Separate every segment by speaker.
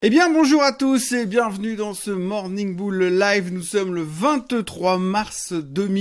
Speaker 1: Eh bien bonjour à tous et bienvenue dans ce Morning Bull Live. Nous sommes le 23 mars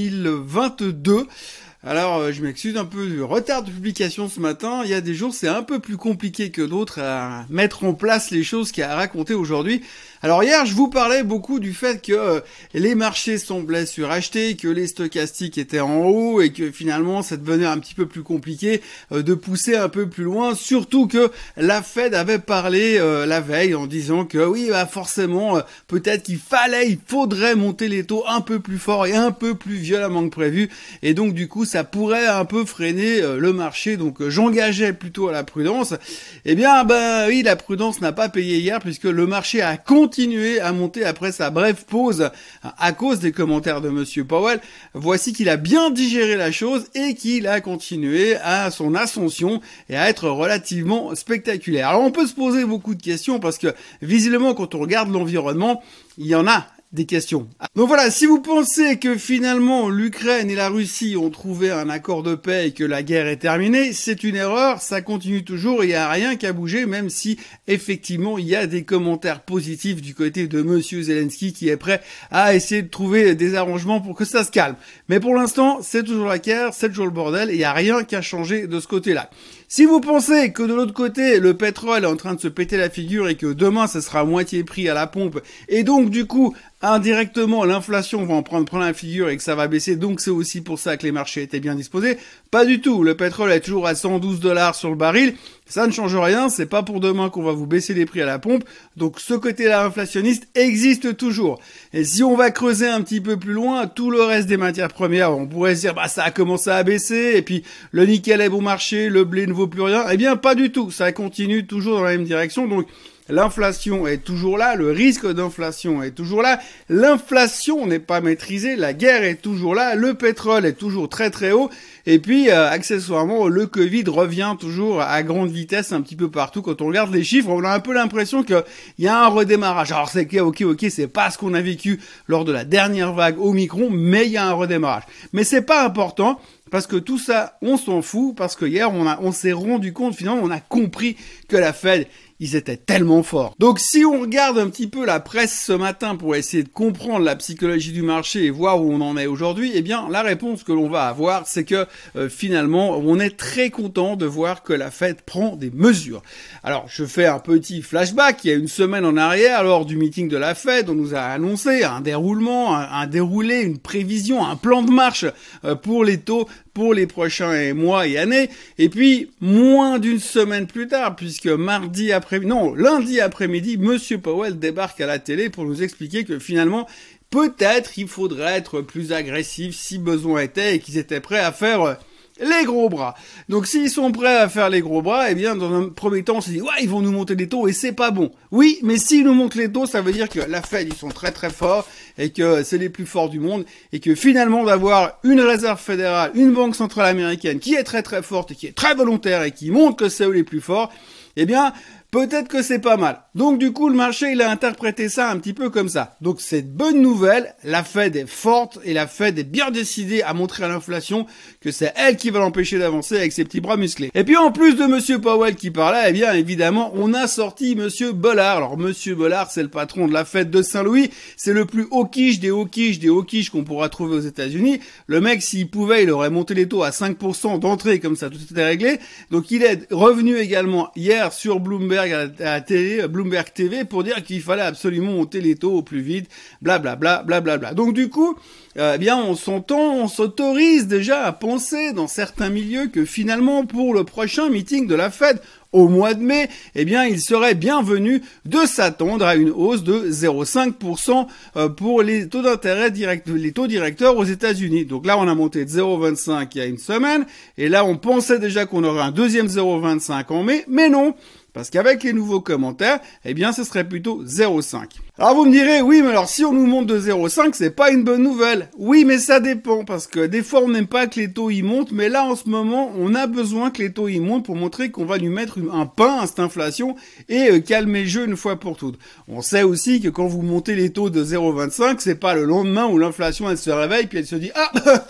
Speaker 1: 2022. Alors je m'excuse un peu du retard de publication ce matin. Il y a des jours c'est un peu plus compliqué que d'autres à mettre en place les choses qu'il y a à raconter aujourd'hui. Alors hier je vous parlais beaucoup du fait que les marchés semblaient surachetés, que les stochastiques étaient en haut et que finalement ça devenait un petit peu plus compliqué de pousser un peu plus loin. Surtout que la Fed avait parlé la veille en disant que oui forcément peut-être il faudrait monter les taux un peu plus fort et un peu plus violemment que prévu. Et donc du coup ça pourrait un peu freiner le marché. Donc j'engageais plutôt à la prudence. Eh bien oui, la prudence n'a pas payé hier puisque le marché a continué à monter après sa brève pause à cause des commentaires de Monsieur Powell. Voici qu'il a bien digéré la chose et qu'il a continué à son ascension et à être relativement spectaculaire. Alors on peut se poser beaucoup de questions parce que visiblement quand on regarde l'environnement, il y en a des questions. Donc voilà, si vous pensez que finalement l'Ukraine et la Russie ont trouvé un accord de paix et que la guerre est terminée, c'est une erreur, ça continue toujours et il n'y a rien qu'à bouger, même si effectivement il y a des commentaires positifs du côté de Monsieur Zelensky qui est prêt à essayer de trouver des arrangements pour que ça se calme. Mais pour l'instant, c'est toujours la guerre, c'est toujours le bordel et il n'y a rien qu'à changer de ce côté-là. Si vous pensez que de l'autre côté, le pétrole est en train de se péter la figure et que demain, ça sera à moitié prix à la pompe, et donc du coup, indirectement, l'inflation va en prendre la figure et que ça va baisser, donc c'est aussi pour ça que les marchés étaient bien disposés. Pas du tout, le pétrole est toujours à 112 $ sur le baril, ça ne change rien, c'est pas pour demain qu'on va vous baisser les prix à la pompe, donc ce côté-là inflationniste existe toujours. Et si on va creuser un petit peu plus loin, tout le reste des matières premières, on pourrait se dire, ça a commencé à baisser, et puis le nickel est bon marché, le blé ne vaut plus rien, eh bien pas du tout, ça continue toujours dans la même direction, donc l'inflation est toujours là, le risque d'inflation est toujours là, l'inflation n'est pas maîtrisée, la guerre est toujours là, le pétrole est toujours très très haut, et puis accessoirement le Covid revient toujours à grande vitesse un petit peu partout. Quand on regarde les chiffres, on a un peu l'impression qu'il y a un redémarrage. Alors c'est ok, c'est pas ce qu'on a vécu lors de la dernière vague Omicron, mais il y a un redémarrage. Mais c'est pas important. Parce que tout ça, on s'en fout, parce que hier, on s'est rendu compte, finalement, on a compris que la Fed, ils étaient tellement forts. Donc si on regarde un petit peu la presse ce matin pour essayer de comprendre la psychologie du marché et voir où on en est aujourd'hui, eh bien la réponse que l'on va avoir, c'est que finalement on est très content de voir que la Fed prend des mesures. Alors je fais un petit flashback, il y a une semaine en arrière, lors du meeting de la Fed, on nous a annoncé un déroulement, un déroulé, une prévision, un plan de marche pour les taux pour les prochains mois et années. Et puis, moins d'une semaine plus tard, puisque lundi après-midi, Monsieur Powell débarque à la télé pour nous expliquer que finalement, peut-être il faudrait être plus agressif si besoin était et qu'ils étaient prêts à faire les gros bras. Donc s'ils sont prêts à faire les gros bras, eh bien dans un premier temps on se dit ils vont nous monter les taux et c'est pas bon. Oui, mais s'ils nous montent les taux, ça veut dire que la Fed ils sont très très forts et que c'est les plus forts du monde et que finalement d'avoir une réserve fédérale, une banque centrale américaine qui est très très forte et qui est très volontaire et qui montre que c'est eux les plus forts, eh bien peut-être que c'est pas mal. Donc du coup, le marché, il a interprété ça un petit peu comme ça. Donc c'est bonne nouvelle, la Fed est forte et la Fed est bien décidée à montrer à l'inflation que c'est elle qui va l'empêcher d'avancer avec ses petits bras musclés. Et puis en plus de Monsieur Powell qui parlait, eh bien évidemment, on a sorti Monsieur Bollard. Alors Monsieur Bollard, c'est le patron de la Fed de Saint-Louis, c'est le plus hawkish des hawkish qu'on pourra trouver aux États-Unis. Le mec, s'il pouvait, il aurait monté les taux à 5% d'entrée, comme ça, tout était réglé. Donc il est revenu également hier sur Bloomberg à la télé, Bloomberg TV, pour dire qu'il fallait absolument monter les taux au plus vite, blablabla, blablabla. Donc du coup, bien on s'autorise déjà à penser dans certains milieux que finalement pour le prochain meeting de la Fed au mois de mai, eh bien il serait bienvenu de s'attendre à une hausse de 0,5% pour les taux d'intérêt les taux directeurs aux États-Unis. Donc là on a monté de 0,25 il y a une semaine et là on pensait déjà qu'on aurait un deuxième 0,25 en mai, mais non. Parce qu'avec les nouveaux commentaires, eh bien, ce serait plutôt 0,5. Alors vous me direz, oui, mais alors si on nous monte de 0,5, c'est pas une bonne nouvelle. Oui, mais ça dépend, parce que des fois on n'aime pas que les taux y montent, mais là en ce moment, on a besoin que les taux y montent pour montrer qu'on va lui mettre un pain à cette inflation et calmer le jeu une fois pour toutes. On sait aussi que quand vous montez les taux de 0,25, c'est pas le lendemain où l'inflation elle se réveille puis elle se dit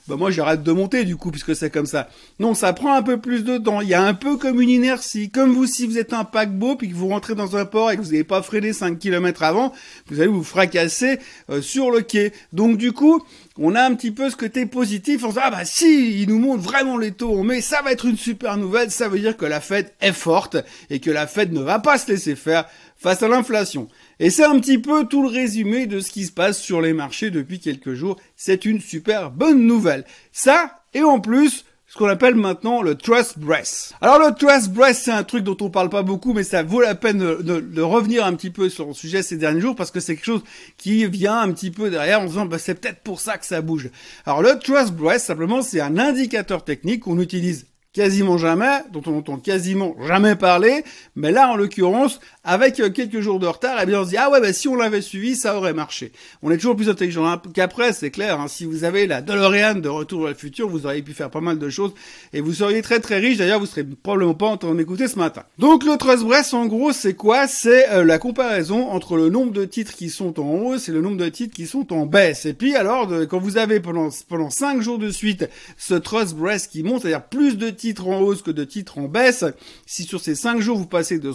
Speaker 1: bah moi j'arrête de monter du coup puisque c'est comme ça. Non, ça prend un peu plus de temps. Il y a un peu comme une inertie. Comme vous, si vous êtes un paquebot puis que vous rentrez dans un port et que vous n'avez pas freiné 5 km avant, vous allez vous fracasser sur le quai. Donc du coup, on a un petit peu ce côté positif. On se dit, ah bah si, ils nous montrent vraiment les taux, mais ça va être une super nouvelle. Ça veut dire que la Fed est forte et que la Fed ne va pas se laisser faire face à l'inflation. Et c'est un petit peu tout le résumé de ce qui se passe sur les marchés depuis quelques jours. C'est une super bonne nouvelle. Ça, et en plus, ce qu'on appelle maintenant le Trust Breath. Alors le Trust Breath, c'est un truc dont on parle pas beaucoup, mais ça vaut la peine de revenir un petit peu sur le sujet ces derniers jours, parce que c'est quelque chose qui vient un petit peu derrière en disant, bah, c'est peut-être pour ça que ça bouge. Alors le Trust Breath, simplement, c'est un indicateur technique qu'on utilise quasiment jamais, dont on entend quasiment jamais parler, mais là, en l'occurrence, avec quelques jours de retard, eh bien, on se dit, ah ouais, bah, si on l'avait suivi, ça aurait marché. On est toujours plus intelligent qu'après, c'est clair, hein. Si vous avez la DeLorean de Retour vers le futur, vous auriez pu faire pas mal de choses, et vous seriez très très riche. D'ailleurs, vous serez probablement pas en train d'écouter ce matin. Donc, le Trust Breath, en gros, c'est quoi? C'est la comparaison entre le nombre de titres qui sont en hausse et le nombre de titres qui sont en baisse. Et puis, alors, quand vous avez pendant 5 jours de suite ce Trust Breath qui monte, c'est-à-dire plus de titres en hausse que de titres en baisse, si sur ces 5 jours vous passez de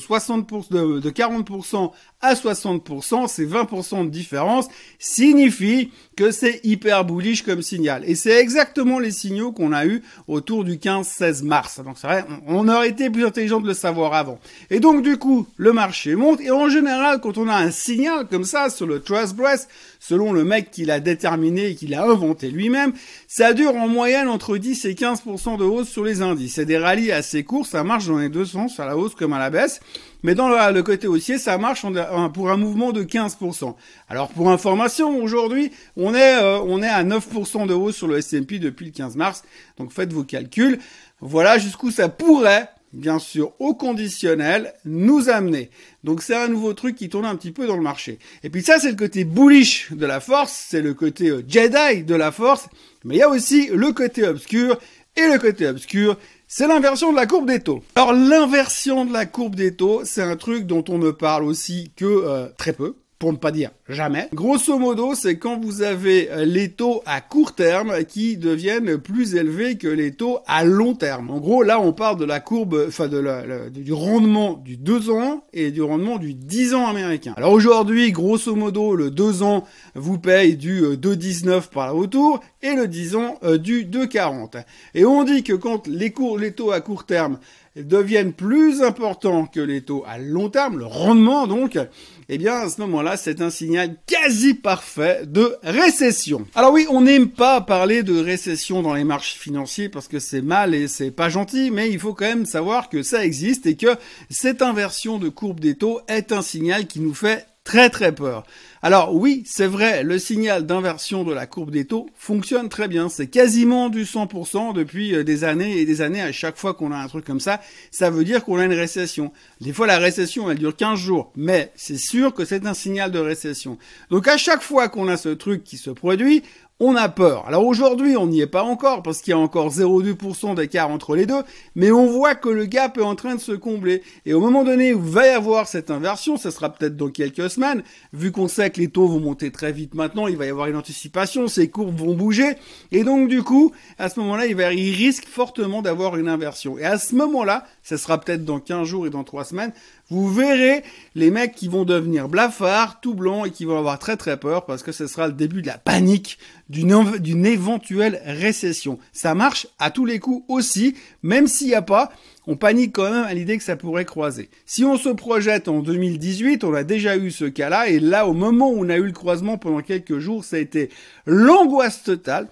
Speaker 1: 40% à 60%, c'est 20% de différence, signifie que c'est hyper bullish comme signal. Et c'est exactement les signaux qu'on a eu autour du 15-16 mars. Donc c'est vrai, on aurait été plus intelligent de le savoir avant. Et donc du coup, le marché monte, et en général, quand on a un signal comme ça sur le Trust Breath, selon le mec qui l'a déterminé et qui l'a inventé lui-même, ça dure en moyenne entre 10 et 15% de hausse sur les indices. C'est des rallyes assez courts, ça marche dans les deux sens, à la hausse comme à la baisse. Mais dans le côté haussier, ça marche pour un mouvement de 15%. Alors pour information, aujourd'hui, on est à 9% de hausse sur le S&P depuis le 15 mars. Donc faites vos calculs. Voilà jusqu'où ça pourrait, bien sûr, au conditionnel, nous amener. Donc c'est un nouveau truc qui tourne un petit peu dans le marché. Et puis ça, c'est le côté bullish de la force, c'est le côté Jedi de la force. Mais il y a aussi le côté obscur. Et le côté obscur, c'est l'inversion de la courbe des taux. Alors l'inversion de la courbe des taux, c'est un truc dont on ne parle aussi que très peu, pour ne pas dire jamais. Grosso modo, c'est quand vous avez les taux à court terme qui deviennent plus élevés que les taux à long terme. En gros, là, on parle de la courbe, enfin du rendement du 2 ans et du rendement du 10 ans américain. Alors aujourd'hui, grosso modo, le 2 ans vous paye du 2,19 par là autour et le 10 ans du 2,40. Et on dit que quand les taux à court terme deviennent plus importants que les taux à long terme, le rendement donc, eh bien à ce moment-là, c'est un signal quasi parfait de récession. Alors oui, on n'aime pas parler de récession dans les marchés financiers parce que c'est mal et c'est pas gentil, mais il faut quand même savoir que ça existe et que cette inversion de courbe des taux est un signal qui nous fait très très peur. Alors oui, c'est vrai, le signal d'inversion de la courbe des taux fonctionne très bien. C'est quasiment du 100% depuis des années et des années. À chaque fois qu'on a un truc comme ça veut dire qu'on a une récession. Des fois, la récession, elle dure 15 jours, mais c'est sûr que c'est un signal de récession. Donc à chaque fois qu'on a ce truc qui se produit, on a peur. Alors aujourd'hui, on n'y est pas encore parce qu'il y a encore 0,2% d'écart entre les deux, mais on voit que le gap est en train de se combler. Et au moment donné où il va y avoir cette inversion, ça sera peut-être dans quelques semaines, vu qu'on sait que les taux vont monter très vite maintenant, il va y avoir une anticipation, ces courbes vont bouger, et donc du coup, à ce moment-là, il risque fortement d'avoir une inversion. Et à ce moment-là, ça sera peut-être dans 15 jours et dans 3 semaines, vous verrez les mecs qui vont devenir blafards, tout blancs, et qui vont avoir très très peur parce que ce sera le début de la panique d'une éventuelle récession. Ça marche à tous les coups aussi, même s'il n'y a pas, on panique quand même à l'idée que ça pourrait croiser. Si on se projette en 2018, on a déjà eu ce cas-là, et là, au moment où on a eu le croisement pendant quelques jours, ça a été l'angoisse totale,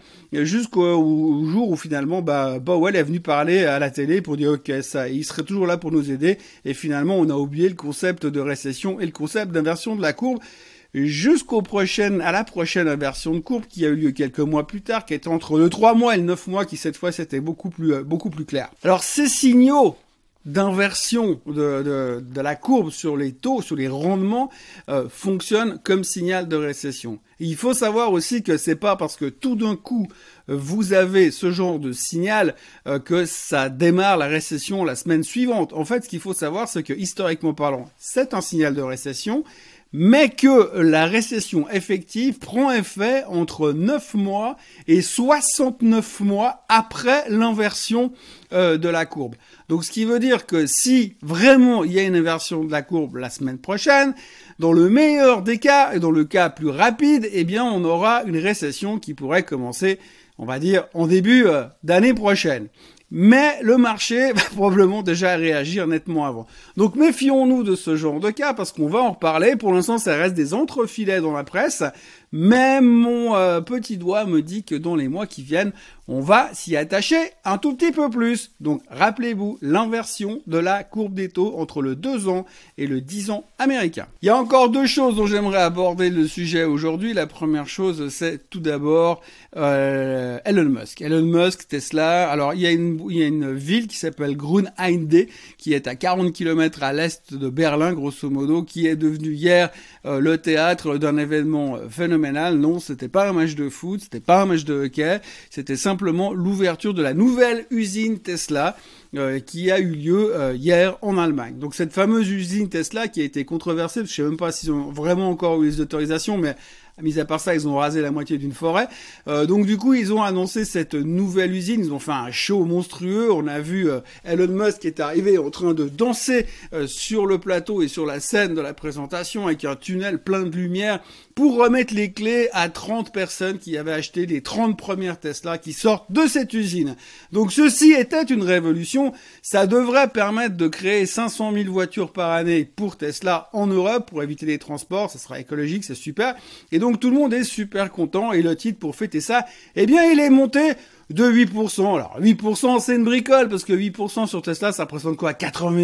Speaker 1: jusqu'au jour où finalement, Powell est venu parler à la télé pour dire ok, ça, il serait toujours là pour nous aider, et finalement, on a oublié le concept de récession et le concept d'inversion de la courbe, à la prochaine inversion de courbe qui a eu lieu quelques mois plus tard, qui était entre le 3 mois et le 9 mois, qui cette fois c'était beaucoup plus clair. Alors ces signaux d'inversion de la courbe sur les taux, sur les rendements, fonctionnent comme signal de récession. Et il faut savoir aussi que c'est pas parce que tout d'un coup vous avez ce genre de signal que ça démarre la récession la semaine suivante. En fait, ce qu'il faut savoir, c'est que historiquement parlant, c'est un signal de récession, mais que la récession effective prend effet entre 9 mois et 69 mois après l'inversion de la courbe. Donc ce qui veut dire que si vraiment il y a une inversion de la courbe la semaine prochaine, dans le meilleur des cas et dans le cas plus rapide, eh bien on aura une récession qui pourrait commencer, on va dire, en début d'année prochaine. Mais le marché va probablement déjà réagir nettement avant. Donc méfions-nous de ce genre de cas parce qu'on va en reparler. Pour l'instant, ça reste des entrefilets dans la presse. Même mon petit doigt me dit que dans les mois qui viennent, on va s'y attacher un tout petit peu plus. Donc rappelez-vous l'inversion de la courbe des taux entre le 2 ans et le 10 ans américain. Il y a encore deux choses dont j'aimerais aborder le sujet aujourd'hui. La première chose, c'est tout d'abord Elon Musk. Elon Musk, Tesla. Alors il y a une ville qui s'appelle Grünheide, qui est à 40 km à l'est de Berlin, grosso modo, qui est devenue hier le théâtre d'un événement phénoménal. Non, c'était pas un match de foot, c'était pas un match de hockey, c'était simplement l'ouverture de la nouvelle usine Tesla qui a eu lieu hier en Allemagne. Donc cette fameuse usine Tesla qui a été controversée, je sais même pas s'ils ont vraiment encore eu les autorisations, mais mis à part ça, ils ont rasé la moitié d'une forêt. Donc du coup, ils ont annoncé cette nouvelle usine. Ils ont fait un show monstrueux. On a vu Elon Musk qui est arrivé en train de danser sur le plateau et sur la scène de la présentation avec un tunnel plein de lumière pour remettre les clés à 30 personnes qui avaient acheté les 30 premières Tesla qui sortent de cette usine. Donc ceci était une révolution. Ça devrait permettre de créer 500 000 voitures par année pour Tesla en Europe pour éviter les transports. Ça sera écologique, c'est super. Et donc tout le monde est super content et le titre pour fêter ça, eh bien il est monté de 8%. Alors 8% c'est une bricole parce que 8% sur Tesla ça représente quoi,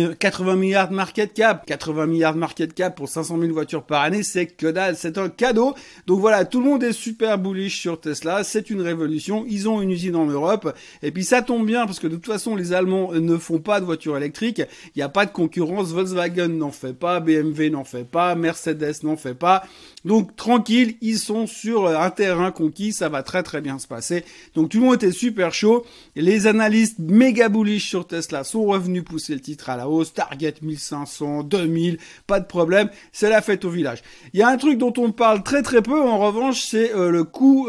Speaker 1: 80 milliards de market cap. 80 milliards de market cap pour 500 000 voitures par année, c'est que dalle, c'est un cadeau. Donc voilà, tout le monde est super bullish sur Tesla, c'est une révolution, ils ont une usine en Europe et puis ça tombe bien parce que de toute façon les Allemands ne font pas de voitures électriques, il n'y a pas de concurrence, Volkswagen n'en fait pas, BMW n'en fait pas, Mercedes n'en fait pas. Donc tranquille, ils sont sur un terrain conquis, ça va très très bien se passer. Donc tout le monde était super chaud. Et les analystes méga bullish sur Tesla sont revenus pousser le titre à la hausse. Target 1500, 2000, pas de problème. C'est la fête au village. Il y a un truc dont on parle très très peu, en revanche, c'est le coût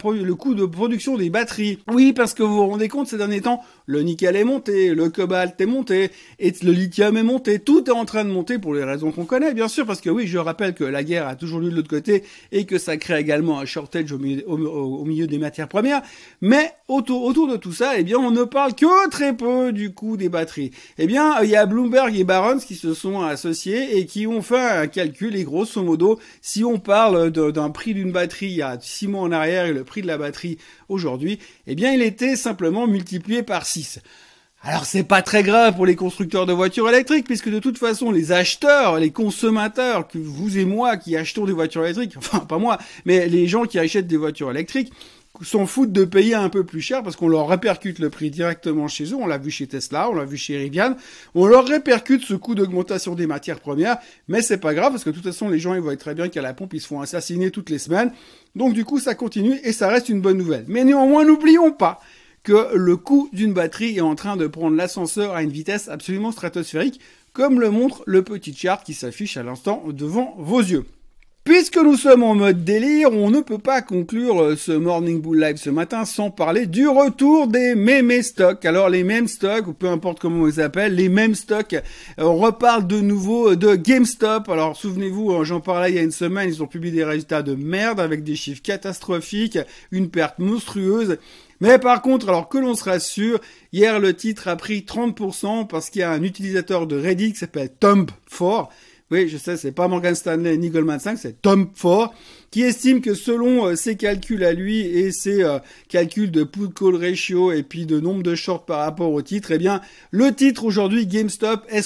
Speaker 1: de production des batteries. Oui, parce que vous vous rendez compte, ces derniers temps, le nickel est monté, le cobalt est monté, et le lithium est monté. Tout est en train de monter pour les raisons qu'on connaît, bien sûr, parce que oui, je rappelle que la guerre a toujours lieu de l'autre côté et que ça crée également un shortage au milieu des matières premières. Mais autour de tout ça, eh bien, on ne parle que très peu du coût des batteries. Eh bien, il y a Bloomberg et Barron's qui se sont associés et qui ont fait un calcul et grosso modo, si on parle d'un prix d'une batterie il y a 6 mois en arrière et le prix de la batterie aujourd'hui, eh bien, il était simplement multiplié par 6. Alors c'est pas très grave pour les constructeurs de voitures électriques puisque de toute façon les acheteurs, les consommateurs, que vous et moi qui achetons des voitures électriques, enfin pas moi, mais les gens qui achètent des voitures électriques s'en foutent de payer un peu plus cher parce qu'on leur répercute le prix directement chez eux. On l'a vu chez Tesla, on l'a vu chez Rivian. On leur répercute ce coût d'augmentation des matières premières, mais c'est pas grave parce que de toute façon les gens ils voient très bien qu'à la pompe ils se font assassiner toutes les semaines. Donc du coup ça continue et ça reste une bonne nouvelle. Mais néanmoins n'oublions pas que le coût d'une batterie est en train de prendre l'ascenseur à une vitesse absolument stratosphérique, comme le montre le petit chart qui s'affiche à l'instant devant vos yeux. Puisque nous sommes en mode délire, on ne peut pas conclure ce Morning Bull Live ce matin sans parler du retour des meme stocks. Alors les meme stocks, ou peu importe comment on les appelle, les meme stocks, on reparle de nouveau de GameStop. Alors souvenez-vous, j'en parlais il y a une semaine, ils ont publié des résultats de merde avec des chiffres catastrophiques, une perte monstrueuse. Mais par contre, alors que l'on se rassure, hier le titre a pris 30% parce qu'il y a un utilisateur de Reddit qui s'appelle Tom4. Oui, je sais, c'est pas Morgan Stanley ni Goldman Sachs, c'est Tom4, qui estime que selon ses calculs à lui et ses calculs de put-call ratio et puis de nombre de shorts par rapport au titre, eh bien, le titre aujourd'hui, GameStop, est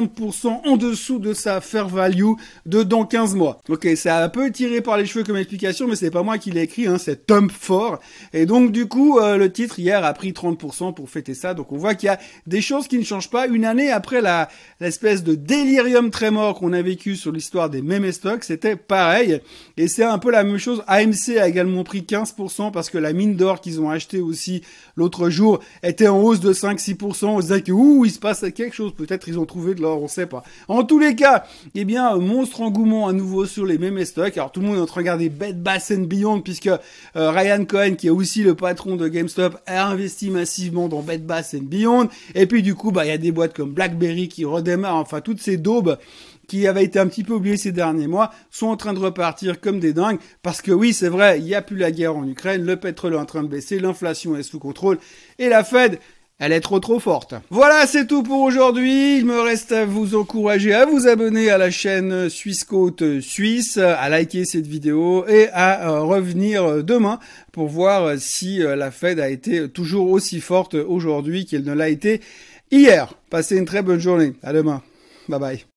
Speaker 1: 60% en dessous de sa fair value de dans 15 mois. Ok, c'est un peu tiré par les cheveux comme explication, mais c'est pas moi qui l'ai écrit, hein, c'est Tom4. Et donc, du coup, le titre hier a pris 30% pour fêter ça. Donc, on voit qu'il y a des choses qui ne changent pas. Une année après l'espèce de délirium très mort qu'on a vécu sur l'histoire des meme stocks, c'était pareil. Et c'est a un peu la même chose. AMC a également pris 15% parce que la mine d'or qu'ils ont acheté aussi l'autre jour était en hausse de 5-6%. On se disait que il se passe quelque chose. Peut-être ils ont trouvé de l'or, on sait pas. En tous les cas, eh bien, monstre engouement à nouveau sur les mêmes stocks. Alors tout le monde est en train de regarder Bed Bath & Beyond puisque Ryan Cohen, qui est aussi le patron de GameStop, a investi massivement dans Bed Bath & Beyond. Et puis du coup, il y a des boîtes comme BlackBerry qui redémarrent. Enfin, toutes ces daubes qui avaient été un petit peu oubliées ces derniers mois, sont en train de repartir comme des dingues, parce que oui, c'est vrai, il n'y a plus la guerre en Ukraine, le pétrole est en train de baisser, l'inflation est sous contrôle, et la Fed, elle est trop forte. Voilà, c'est tout pour aujourd'hui. Il me reste à vous encourager à vous abonner à la chaîne Suisse Côte Suisse, à liker cette vidéo et à revenir demain pour voir si la Fed a été toujours aussi forte aujourd'hui qu'elle ne l'a été hier. Passez une très bonne journée. À demain. Bye bye.